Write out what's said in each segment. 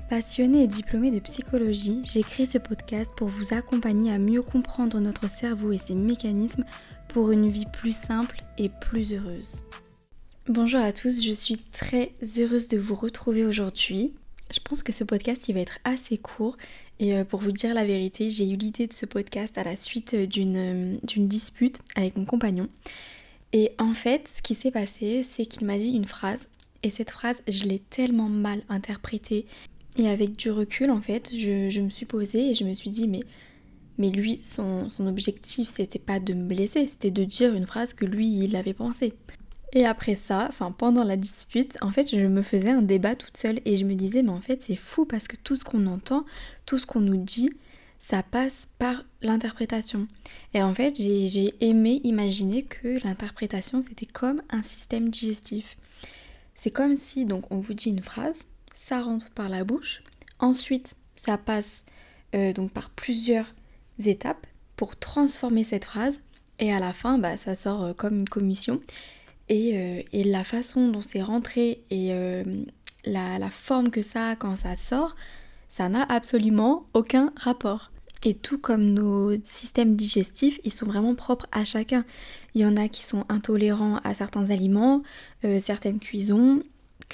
Passionnée et diplômée de psychologie, j'ai créé ce podcast pour vous accompagner à mieux comprendre notre cerveau et ses mécanismes pour une vie plus simple et plus heureuse. Bonjour à tous, je suis très heureuse de vous retrouver aujourd'hui. Je pense que ce podcast il va être assez court et pour vous dire la vérité, j'ai eu l'idée de ce podcast à la suite d'une dispute avec mon compagnon. Et en fait, ce qui s'est passé, c'est qu'il m'a dit une phrase et cette phrase, je l'ai tellement mal interprétée. Et avec du recul, en fait, je me suis posée et je me suis dit, mais lui, son objectif, c'était pas de me blesser, c'était de dire une phrase que lui, il avait pensée. Et après ça, pendant la dispute, en fait, je me faisais un débat toute seule et je me disais, mais en fait, c'est fou parce que tout ce qu'on entend, tout ce qu'on nous dit, ça passe par l'interprétation. Et en fait, j'ai aimé imaginer que l'interprétation, c'était comme un système digestif. C'est comme si, donc, on vous dit une phrase, ça rentre par la bouche, ensuite ça passe donc par plusieurs étapes pour transformer cette phrase et à la fin ça sort comme une commission et la façon dont c'est rentré et la forme que ça a quand ça sort, ça n'a absolument aucun rapport. Et tout comme nos systèmes digestifs, ils sont vraiment propres à chacun. Il y en a qui sont intolérants à certains aliments, certaines cuissons,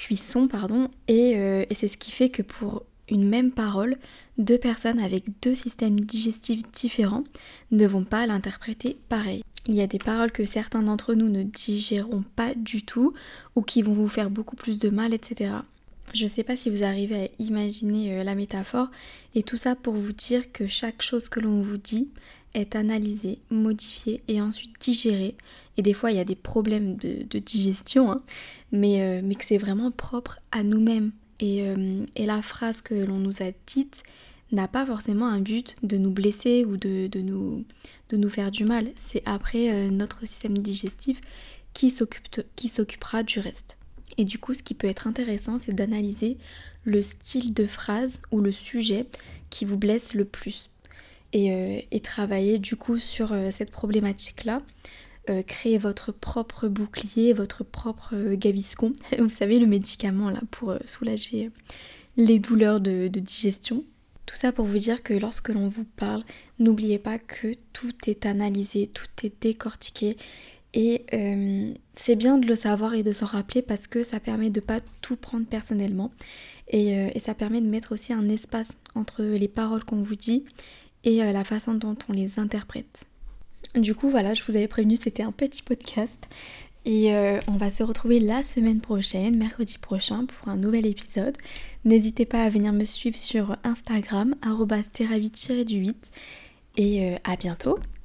et c'est ce qui fait que pour une même parole, deux personnes avec deux systèmes digestifs différents ne vont pas l'interpréter pareil. Il y a des paroles que certains d'entre nous ne digéreront pas du tout ou qui vont vous faire beaucoup plus de mal, etc. Je ne sais pas si vous arrivez à imaginer la métaphore et tout ça pour vous dire que chaque chose que l'on vous dit est analysée, modifiée et ensuite digérée. Et des fois il y a des problèmes de digestion, hein, mais que c'est vraiment propre à nous-mêmes. Et la phrase que l'on nous a dite n'a pas forcément un but de nous blesser ou de nous faire du mal. C'est après notre système digestif qui s'occupera du reste. Et du coup, ce qui peut être intéressant, c'est d'analyser le style de phrase ou le sujet qui vous blesse le plus. Et travailler du coup sur cette problématique-là. Créer votre propre bouclier, votre propre Gaviscon. Vous savez, le médicament là pour soulager les douleurs de digestion. Tout ça pour vous dire que lorsque l'on vous parle, n'oubliez pas que tout est analysé, tout est décortiqué. Et c'est bien de le savoir et de s'en rappeler parce que ça permet de ne pas tout prendre personnellement. Et ça permet de mettre aussi un espace entre les paroles qu'on vous dit et la façon dont on les interprète. Du coup voilà, je vous avais prévenu, c'était un petit podcast. Et on va se retrouver la semaine prochaine, mercredi prochain, pour un nouvel épisode. N'hésitez pas à venir me suivre sur Instagram, @theravi-8. Et à bientôt.